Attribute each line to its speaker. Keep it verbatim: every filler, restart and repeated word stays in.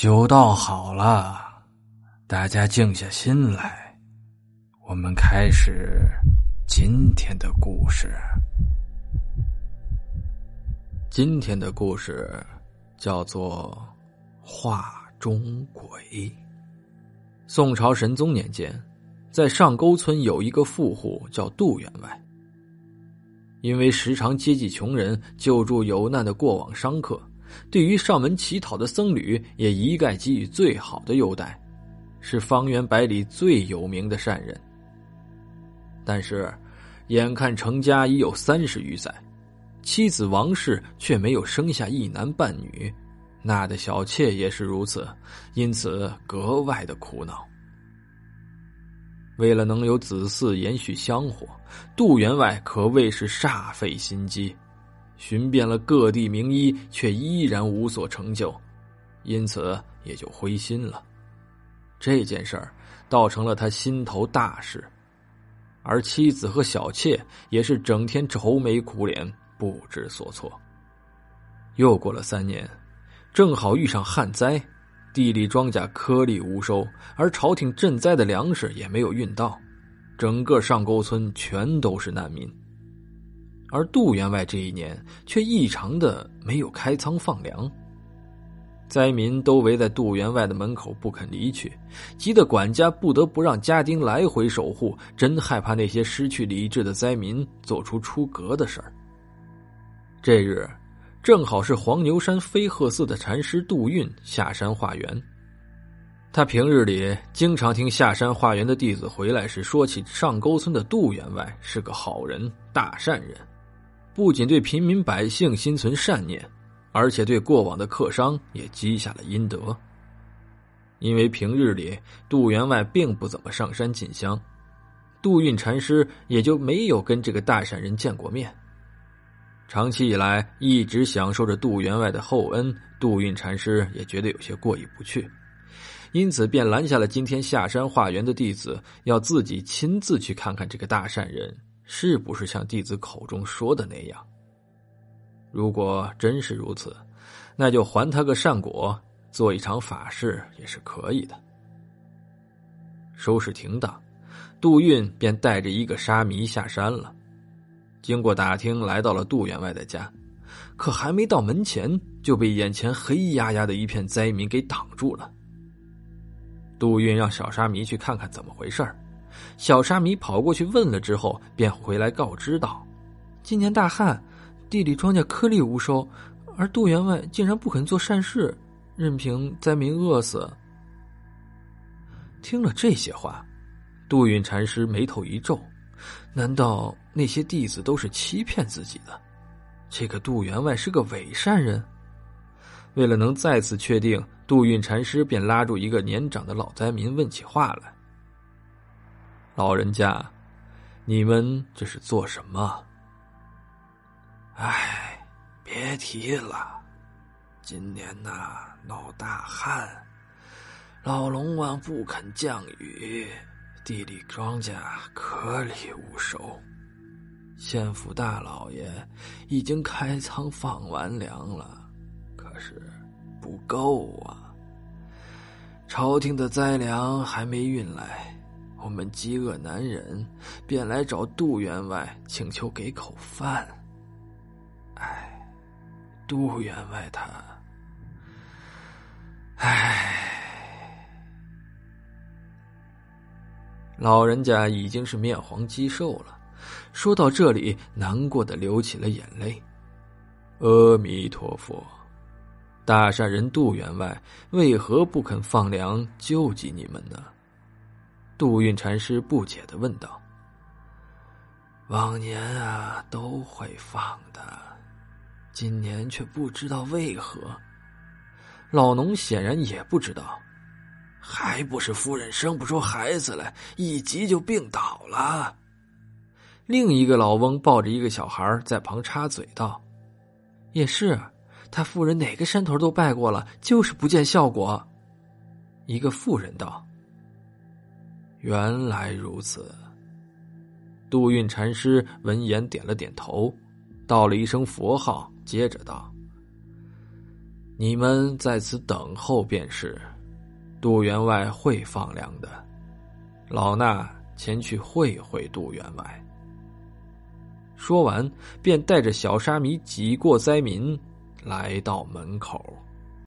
Speaker 1: 酒倒好了，大家静下心来，我们开始今天的故事。今天的故事叫做画中鬼。宋朝神宗年间，在上沟村有一个富户叫杜员外，因为时常接济穷人，救助有难的过往商客，对于上门乞讨的僧侣也一概给予最好的优待，是方圆百里最有名的善人。但是眼看成家已有三十余载，妻子王氏却没有生下一男半女，那的小妾也是如此，因此格外的苦恼。为了能有子嗣延续香火，杜员外可谓是煞费心机，寻遍了各地名医，却依然无所成就，因此也就灰心了。这件事儿倒成了他心头大事，而妻子和小妾也是整天愁眉苦脸，不知所措。又过了三年，正好遇上旱灾，地里庄稼颗粒无收，而朝廷赈灾的粮食也没有运到，整个上沟村全都是难民。而杜员外这一年却异常的没有开仓放粮，灾民都围在杜员外的门口不肯离去，急得管家不得不让家丁来回守护，真害怕那些失去理智的灾民做出出格的事儿。这日正好是黄牛山飞鹤寺的禅师杜运下山化缘，他平日里经常听下山化缘的弟子回来时说起上沟村的杜员外是个好人大善人，不仅对平民百姓心存善念，而且对过往的客商也积下了阴德。因为平日里杜员外并不怎么上山进香，杜运禅师也就没有跟这个大善人见过面。长期以来一直享受着杜员外的厚恩，杜运禅师也觉得有些过意不去，因此便拦下了今天下山化缘的弟子，要自己亲自去看看这个大善人是不是像弟子口中说的那样。如果真是如此，那就还他个善果，做一场法事也是可以的。收拾停当，杜运便带着一个沙弥下山了。经过打听，来到了杜员外的家，可还没到门前，就被眼前黑压压的一片灾民给挡住了。杜运让小沙弥去看看怎么回事，小沙弥跑过去问了之后，便回来告知道，今年大旱，地里庄稼颗粒无收，而杜员外竟然不肯做善事，任凭灾民饿死。听了这些话，杜运禅师眉头一皱，难道那些弟子都是欺骗自己的？这个杜员外是个伪善人？为了能再次确定，杜运禅师便拉住一个年长的老灾民问起话来。老人家，你们这是做什么？
Speaker 2: 唉，别提了，今年呐、啊、闹大旱，老龙王不肯降雨，地里庄稼颗粒无收，县府大老爷已经开仓放完粮了，可是不够啊，朝廷的灾粮还没运来，我们饥饿难忍，便来找杜员外请求给口饭。唉，杜员外他，唉。
Speaker 1: 老人家已经是面黄肌瘦了，说到这里难过的流起了眼泪。阿弥陀佛，大善人杜员外为何不肯放粮救济你们呢？杜运禅师不解地问道。
Speaker 2: 往年啊都会放的，今年却不知道为何。
Speaker 1: 老农显然也不知道，
Speaker 2: 还不是夫人生不出孩子来，一急就病倒了。
Speaker 1: 另一个老翁抱着一个小孩在旁插嘴道，也是，他夫人哪个山头都拜过了，就是不见效果。一个妇人道，
Speaker 2: 原来如此。
Speaker 1: 杜运禅师闻言点了点头，道了一声佛号，接着道， 你们在此等候便是，杜员外会放粮的。老衲前去会会杜员外。”说完，便带着小沙弥挤过灾民，来到门口。